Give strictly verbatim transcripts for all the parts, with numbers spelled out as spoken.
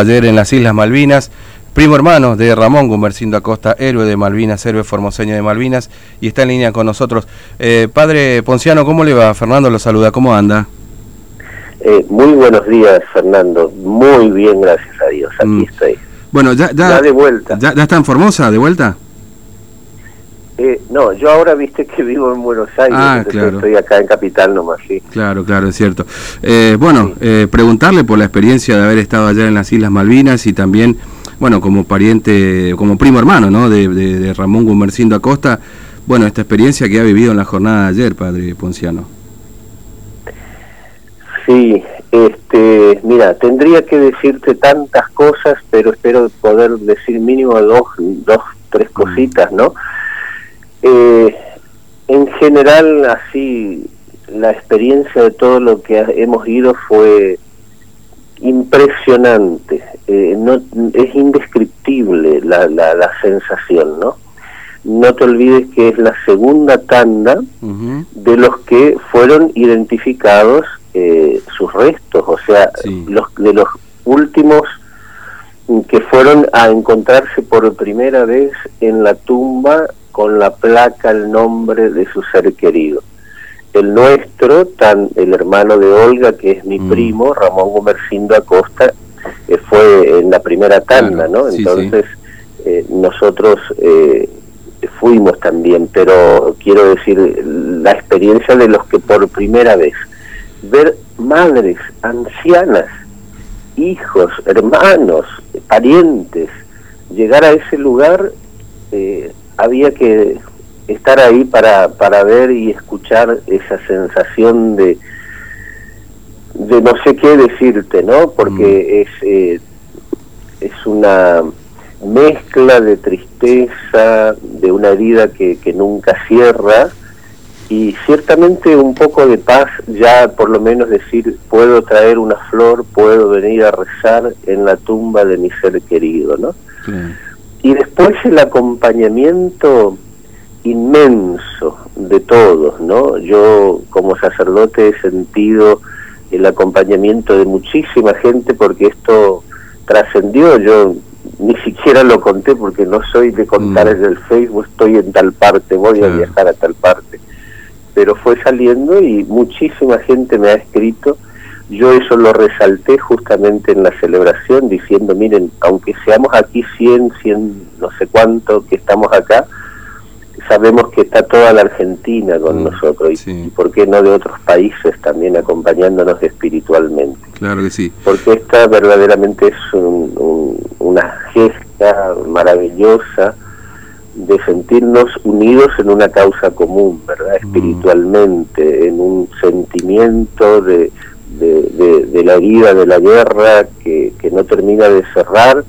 ayer en las Islas Malvinas, primo hermano de Ramón Gumersindo Acosta, héroe de Malvinas, héroe formoseño de Malvinas, y está en línea con nosotros. Eh, padre Ponciano, ¿cómo le va? Fernando lo saluda, ¿cómo anda? Eh, muy buenos días, Fernando. Muy bien, gracias a Dios. Aquí mm. estoy. Bueno, ya, ya, ya de vuelta. ¿Ya, ya está en Formosa, de vuelta? Eh, no, yo ahora viste que vivo en Buenos Aires, ah, claro. Estoy acá en Capital nomás, sí. Claro, claro, es cierto. Eh, bueno, sí. eh, preguntarle por la experiencia de haber estado allá en las Islas Malvinas y también, bueno, como pariente, como primo hermano, ¿no?, de, de, de Ramón Gumersindo Acosta, bueno, esta experiencia que ha vivido en la jornada de ayer, padre Ponciano. Sí, este, mira, tendría que decirte tantas cosas, pero espero poder decir mínimo dos, dos, tres cositas, ¿no? Eh, en general, así, la experiencia de todo lo que ha, hemos ido fue impresionante, eh, no, es indescriptible la, la, la sensación, ¿no? No te olvides que es la segunda tanda uh-huh. de los que fueron identificados eh, sus restos, o sea, sí. los de los últimos que fueron a encontrarse por primera vez en la tumba con la placa, el nombre de su ser querido. El nuestro, tan el hermano de Olga, que es mi mm. primo, Ramón Gumersindo Acosta, eh, fue en la primera tanda, claro, ¿no? Sí, Entonces, sí. Eh, nosotros eh, fuimos también, pero quiero decir, la experiencia de los que por primera vez, ver madres, ancianas, hijos, hermanos, parientes, llegar a ese lugar, eh, había que estar ahí para para ver y escuchar esa sensación de de no sé qué decirte, ¿no? Porque mm. es eh, es una mezcla de tristeza, de una herida que, que nunca cierra, y ciertamente un poco de paz, ya por lo menos decir, puedo traer una flor, puedo venir a rezar en la tumba de mi ser querido, ¿no? Mm. Y después el acompañamiento inmenso de todos, ¿no? Yo como sacerdote he sentido el acompañamiento de muchísima gente, porque esto trascendió. Yo ni siquiera lo conté porque no soy de contar mm. en el Facebook, estoy en tal parte, voy claro. a viajar a tal parte. Pero fue saliendo y muchísima gente me ha escrito. Yo eso lo resalté justamente en la celebración, diciendo, miren, aunque seamos aquí cien, cien, no sé cuánto que estamos acá, sabemos que está toda la Argentina con mm, nosotros, y, sí. y por qué no de otros países también acompañándonos espiritualmente. Claro que sí. Porque esta verdaderamente es un, un, una gesta maravillosa de sentirnos unidos en una causa común, ¿verdad? Espiritualmente, mm. en un sentimiento de... De, de, de la herida de la guerra que, que no termina de cerrar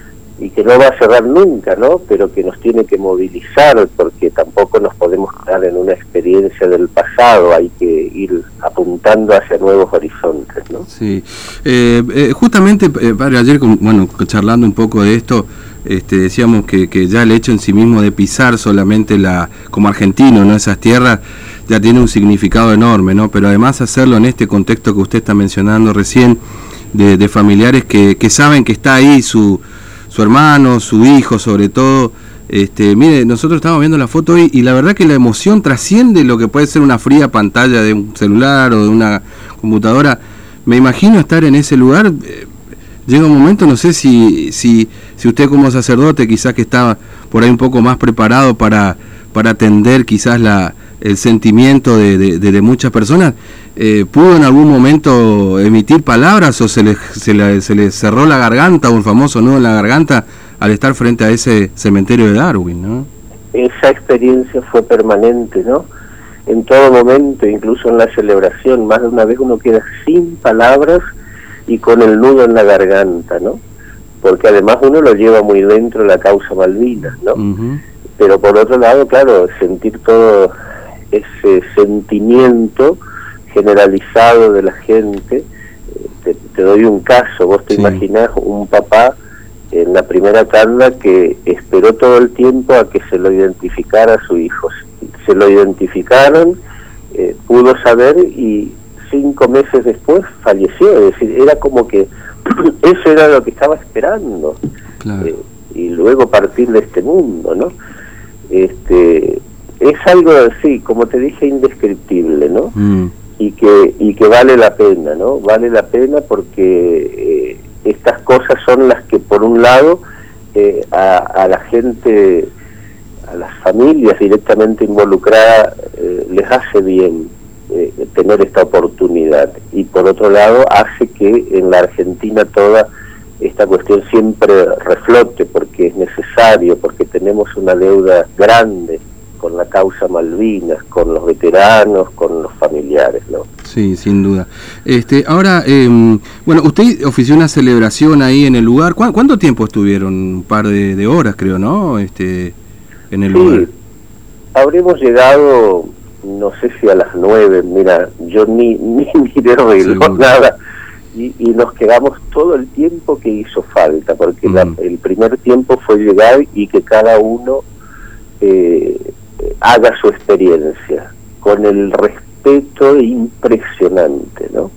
y que no va a cerrar nunca, ¿no? Pero que nos tiene que movilizar, porque tampoco nos podemos quedar en una experiencia del pasado, hay que ir apuntando hacia nuevos horizontes, ¿no? Sí, eh, eh, justamente, eh, padre, ayer, bueno, charlando un poco de esto, este, decíamos que, que ya el hecho en sí mismo de pisar solamente la, como argentino, ¿no?, esas tierras, ya tiene un significado enorme, ¿no? Pero además hacerlo en este contexto que usted está mencionando recién, de, de familiares que, que saben que está ahí su, su hermano, su hijo sobre todo. Este, mire, nosotros estamos viendo la foto hoy y la verdad que la emoción trasciende lo que puede ser una fría pantalla de un celular o de una computadora. Me imagino estar en ese lugar. Eh, llega un momento, no sé si, si, si usted como sacerdote quizás que estaba por ahí un poco más preparado para, para atender quizás la... el sentimiento de, de, de muchas personas, eh, ¿pudo en algún momento emitir palabras o se le, se, le, se le cerró la garganta, un famoso nudo en la garganta al estar frente a ese cementerio de Darwin, ¿no? Esa experiencia fue permanente, ¿no? En todo momento, incluso en la celebración, más de una vez uno queda sin palabras y con el nudo en la garganta, ¿no? Porque además uno lo lleva muy dentro la causa Malvinas, ¿no? Uh-huh. Pero por otro lado, claro, sentir todo ese sentimiento generalizado de la gente. Te, te doy un caso, vos te sí. imaginás un papá en la primera tanda que esperó todo el tiempo a que se lo identificara a su hijo. Se lo identificaron, eh, pudo saber y cinco meses después falleció, es decir, era como que eso era lo que estaba esperando, claro. eh, y luego partir de este mundo, ¿no? Este, es algo así, como te dije, indescriptible, ¿no? Mm. Y que y que vale la pena, ¿no? Vale la pena porque eh, estas cosas son las que, por un lado, eh, a, a la gente, a las familias directamente involucradas, eh, les hace bien eh, tener esta oportunidad, y por otro lado hace que en la Argentina toda esta cuestión siempre reflote, porque es necesario, porque tenemos una deuda grande con la causa Malvinas, con los veteranos, con los familiares, ¿no? Sí, sin duda. Este, ahora, eh, bueno, usted ofició una celebración ahí en el lugar. ¿Cu ¿Cuánto tiempo estuvieron? Un par de, de horas, creo, ¿no? Este, en el sí, lugar. Habremos llegado, no sé si a las nueve, mira, yo ni, ni miré el reloj, nada, y, y nos quedamos todo el tiempo que hizo falta, porque mm. la, el primer tiempo fue llegar y que cada uno eh, haga su experiencia, con el respeto impresionante, ¿no?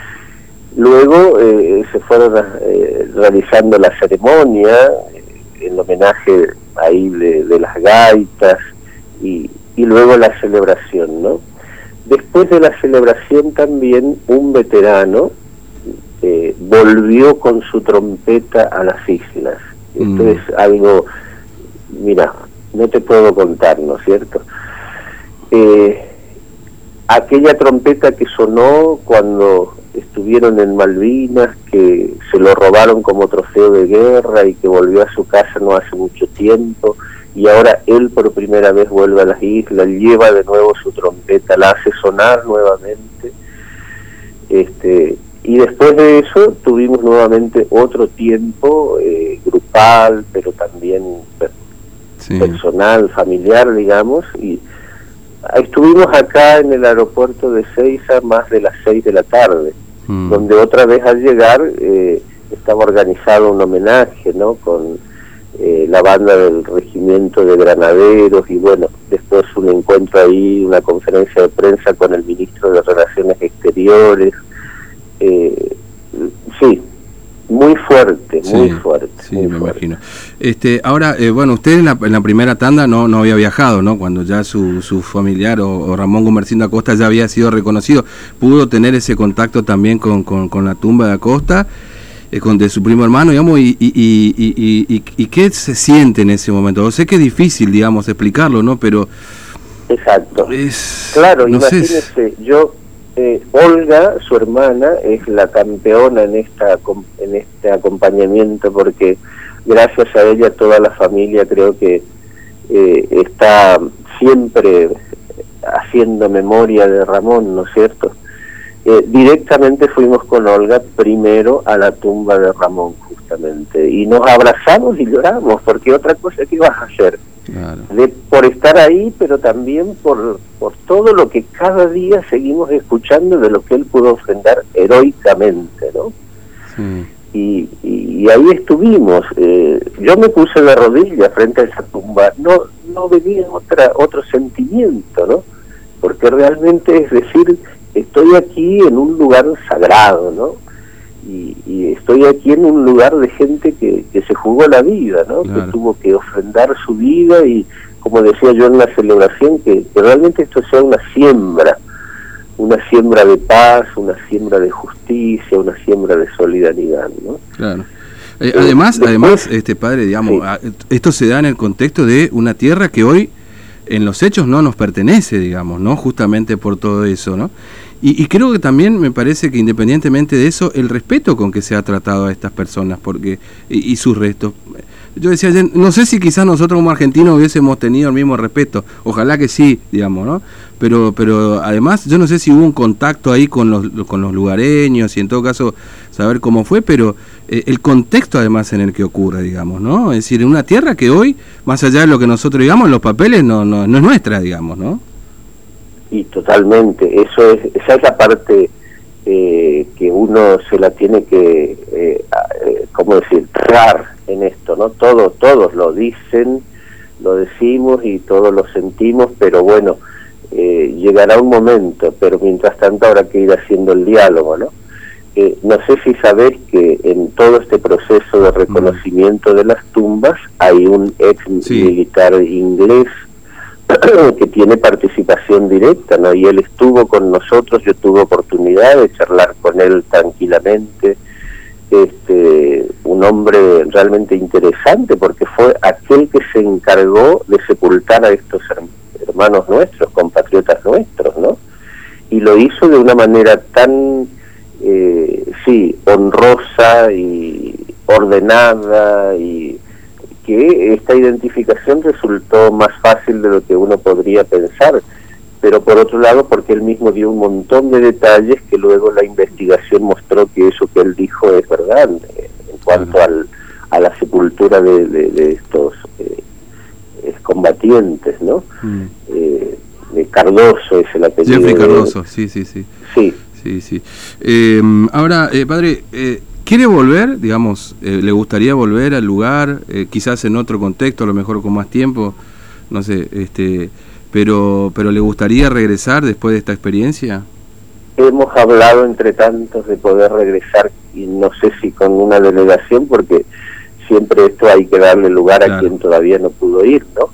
Luego eh, se fueron eh, realizando la ceremonia, eh, en homenaje ahí de, de las gaitas, y, y luego la celebración, ¿no? Después de la celebración también un veterano eh, volvió con su trompeta a las islas. Mm. Esto es algo, mira, no te puedo contar, ¿no es cierto? Eh, aquella trompeta que sonó cuando estuvieron en Malvinas, que se lo robaron como trofeo de guerra y que volvió a su casa no hace mucho tiempo, y ahora él por primera vez vuelve a las islas, lleva de nuevo su trompeta, la hace sonar nuevamente, este, y después de eso tuvimos nuevamente otro tiempo eh, grupal, pero también sí. personal, familiar, digamos, y estuvimos acá en el aeropuerto de Seiza más de las seis de la tarde, mm. donde otra vez al llegar eh, estaba organizado un homenaje, ¿no?, con eh, la banda del regimiento de granaderos, y bueno, después un encuentro ahí, una conferencia de prensa con el ministro de Relaciones Exteriores. Eh, sí, muy fuerte, muy sí, fuerte. Sí, muy me fuerte. imagino. Este, ahora, eh, bueno, usted en la, en la primera tanda no no había viajado, ¿no? Cuando ya su, su familiar o, o Ramón Gumersindo Acosta ya había sido reconocido, ¿pudo tener ese contacto también con, con, con la tumba de Acosta, eh, con de su primo hermano, digamos, y, y, y, y, y, y qué se siente en ese momento? Yo sé que es difícil, digamos, explicarlo, ¿no? Pero... Exacto. Es, claro, no imagínese, sé. yo... Eh, Olga, su hermana, es la campeona en esta en este acompañamiento, porque gracias a ella toda la familia creo que eh, está siempre haciendo memoria de Ramón, ¿no es cierto? Eh, directamente fuimos con Olga primero a la tumba de Ramón, justamente, y nos abrazamos y lloramos, porque otra cosa que ibas a hacer, claro. de, por estar ahí, pero también por, por todo lo que cada día seguimos escuchando de lo que él pudo ofrendar heroicamente, ¿no? Sí. Y, y, y ahí estuvimos. Eh, yo me puse de rodillas frente a esa tumba, no no venía otra otro sentimiento, ¿no? Porque realmente, es decir, estoy aquí en un lugar sagrado, ¿no? Y, y estoy aquí en un lugar de gente que, que se jugó la vida, ¿no? Claro. Que tuvo que ofrendar su vida, y como decía yo en la celebración, que, que realmente esto sea una siembra, una siembra de paz, una siembra de justicia, una siembra de solidaridad, ¿no? Claro. Eh, además, Después, además, este padre, digamos, sí. esto se da en el contexto de una tierra que hoy en los hechos no nos pertenece, digamos, ¿no? Justamente por todo eso, ¿no? Y, y creo que también me parece que independientemente de eso, el respeto con que se ha tratado a estas personas, porque y, y sus restos. Yo decía ayer, no sé si quizás nosotros como argentinos hubiésemos tenido el mismo respeto, ojalá que sí, digamos, ¿no? Pero pero además yo no sé si hubo un contacto ahí con los con los lugareños, y en todo caso saber cómo fue, pero eh, el contexto además en el que ocurre, digamos, ¿no? Es decir, en una tierra que hoy, más allá de lo que nosotros digamos, los papeles no no, no es nuestra, digamos, ¿no? Y totalmente, eso es, esa es la parte eh, que uno se la tiene que, eh, eh, ¿cómo decir?, tragar en esto, ¿no? Todos, todos lo dicen, lo decimos y todos lo sentimos, pero bueno, eh, llegará un momento, pero mientras tanto habrá que ir haciendo el diálogo, ¿no? Eh, no sé si sabés que en todo este proceso de reconocimiento de las tumbas hay un ex sí. militar inglés que tiene participación directa, ¿no? Y él estuvo con nosotros, yo tuve oportunidad de charlar con él tranquilamente, este, un hombre realmente interesante porque fue aquel que se encargó de sepultar a estos hermanos nuestros, compatriotas nuestros, ¿no? Y lo hizo de una manera tan, eh, sí, honrosa y ordenada, y que esta identificación resultó más fácil de lo que uno podría pensar, pero por otro lado porque él mismo dio un montón de detalles que luego la investigación mostró que eso que él dijo es verdad, eh, en cuanto uh-huh. al, a la sepultura de, de, de estos eh, combatientes, ¿no? Uh-huh. Eh, de Cardoso es el apellido. Jeffrey Cardoso, sí, sí, sí. Sí. Sí, sí. Eh, ahora, eh, padre, eh, ¿quiere volver, digamos, eh, le gustaría volver al lugar, eh, quizás en otro contexto, a lo mejor con más tiempo, no sé, este, pero, pero le gustaría regresar después de esta experiencia? Hemos hablado entre tantos de poder regresar, y no sé si con una delegación, porque siempre esto hay que darle lugar claro. a quien todavía no pudo ir, ¿no?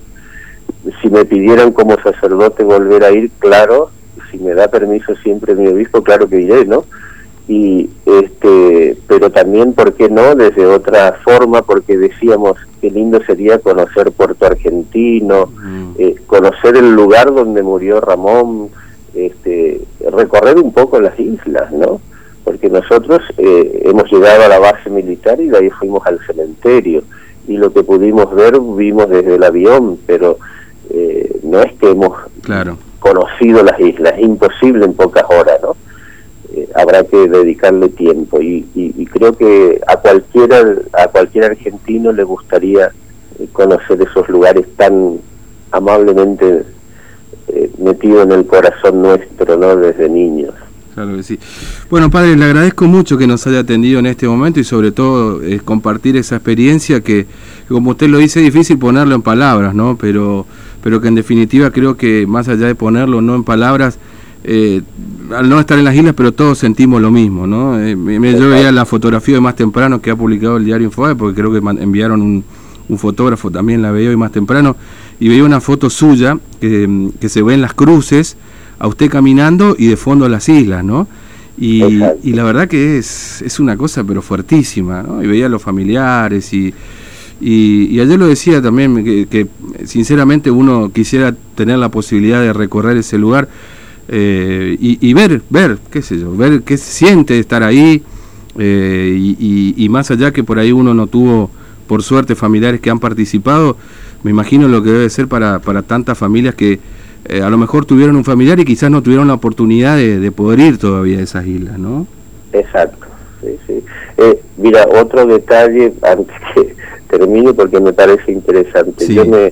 Si me pidieran como sacerdote volver a ir, claro, si me da permiso siempre mi obispo, claro que iré, ¿no? Y este, pero también, ¿por qué no? Desde otra forma, porque decíamos qué lindo sería conocer Puerto Argentino, mm. eh, conocer el lugar donde murió Ramón, este, recorrer un poco las islas, ¿no? Porque nosotros eh, hemos llegado a la base militar y de ahí fuimos al cementerio, y lo que pudimos ver vimos desde el avión, pero eh, no es que hemos claro. conocido las islas, es imposible en pocas horas, ¿no? Eh, habrá que dedicarle tiempo, y, y, y creo que a cualquiera a cualquier argentino le gustaría conocer esos lugares tan amablemente eh, metidos en el corazón nuestro, ¿no? Desde niños. Claro que sí. Bueno, padre, le agradezco mucho que nos haya atendido en este momento y sobre todo eh, compartir esa experiencia que, como usted lo dice, es difícil ponerlo en palabras, ¿no? Pero, pero que en definitiva creo que más allá de ponerlo no en palabras, eh, al no estar en las islas, pero todos sentimos lo mismo, ¿no? Eh, me, yo veía la fotografía de Más Temprano que ha publicado el diario Infobae, porque creo que enviaron un, un fotógrafo, también la veía hoy Más Temprano, y veía una foto suya que, que se ve en las cruces, a usted caminando y de fondo a las islas, ¿no? Y, y la verdad que es, es una cosa pero fuertísima, ¿no? Y veía a los familiares y, y, y ayer lo decía también, que, que sinceramente uno quisiera tener la posibilidad de recorrer ese lugar eh, y, y ver, ver, qué sé yo, ver qué se siente estar ahí eh, y, y, y más allá que por ahí uno no tuvo, por suerte, familiares que han participado, me imagino lo que debe ser para, para tantas familias que Eh, a lo mejor tuvieron un familiar y quizás no tuvieron la oportunidad de, de poder ir todavía a esas islas, ¿no? Exacto, sí, sí. Eh, mira, otro detalle, antes que termine, porque me parece interesante. Sí. Yo me,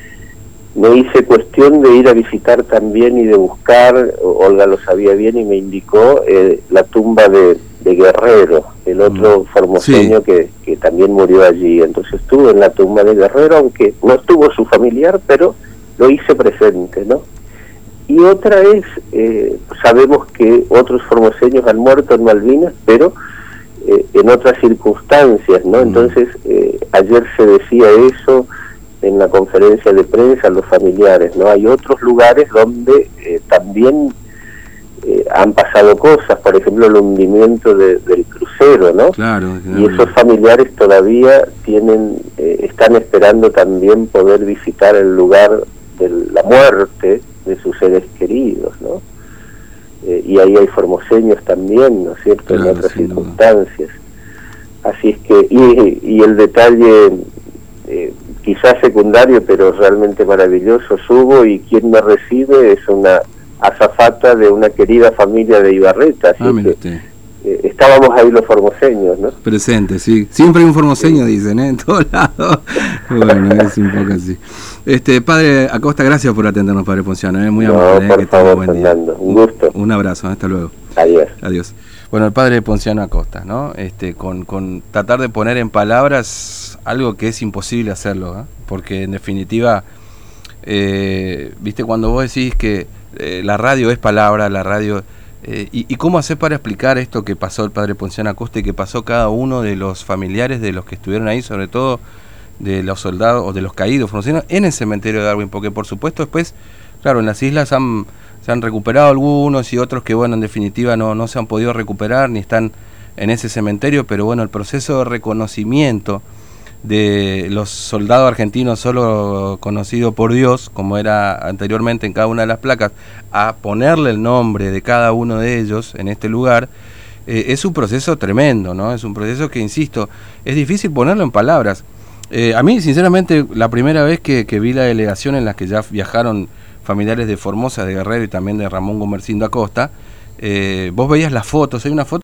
me hice cuestión de ir a visitar también y de buscar, Olga lo sabía bien y me indicó, eh, la tumba de, de Guerrero, el otro mm. formoseño sí. que, que también murió allí. Entonces estuve en la tumba de Guerrero, aunque no estuvo su familiar, pero lo hice presente, ¿no? Y otra es, eh, sabemos que otros formoseños han muerto en Malvinas, pero eh, en otras circunstancias, ¿no? Mm. Entonces, eh, ayer se decía eso en la conferencia de prensa a los familiares, ¿no? Hay otros lugares donde eh, también eh, han pasado cosas, por ejemplo, el hundimiento de, del crucero, ¿no? Claro, claro. Y esos familiares todavía tienen, eh, están esperando también poder visitar el lugar de la muerte de sus seres queridos, ¿no? Eh, y ahí hay formoseños también, ¿no es cierto?, claro, en otras circunstancias. Duda. Así es que, y, y el detalle, eh, quizás secundario, pero realmente maravilloso, subo y quien me recibe es una azafata de una querida familia de Ibarreta, así ah, que eh, estábamos ahí los formoseños, ¿no? Presentes, sí. Siempre hay un formoseño, sí. Dicen, ¿eh? En todos lados. Bueno, es un poco así. Este, padre Acosta, gracias por atendernos, padre Ponciano, ¿eh? Muy amable. No, por eh, favor, buen Fernando, un gusto. Un, un abrazo, hasta luego. Adiós. Adiós. Bueno, el padre Ponciano Acosta, ¿no? Este, con, con tratar de poner en palabras algo que es imposible hacerlo, ¿eh? Porque en definitiva, eh, viste, cuando vos decís que eh, la radio es palabra, la radio... Eh, y, ¿Y cómo hacer para explicar esto que pasó el padre Ponciano Acosta y que pasó cada uno de los familiares de los que estuvieron ahí, sobre todo de los soldados o de los caídos formoseños, en el cementerio de Darwin? Porque por supuesto después, claro, en las islas han, se han recuperado algunos y otros que, bueno, en definitiva no, no se han podido recuperar ni están en ese cementerio, pero bueno, el proceso de reconocimiento de los soldados argentinos solo conocido por Dios, como era anteriormente en cada una de las placas, a ponerle el nombre de cada uno de ellos en este lugar, eh, es un proceso tremendo, ¿no? Es un proceso que, insisto, es difícil ponerlo en palabras. Eh, a mí, sinceramente, la primera vez que, que vi la delegación en la que ya viajaron familiares de Formosa, de Guerrero y también de Ramón Gumersindo Acosta, eh, vos veías las fotos, hay una foto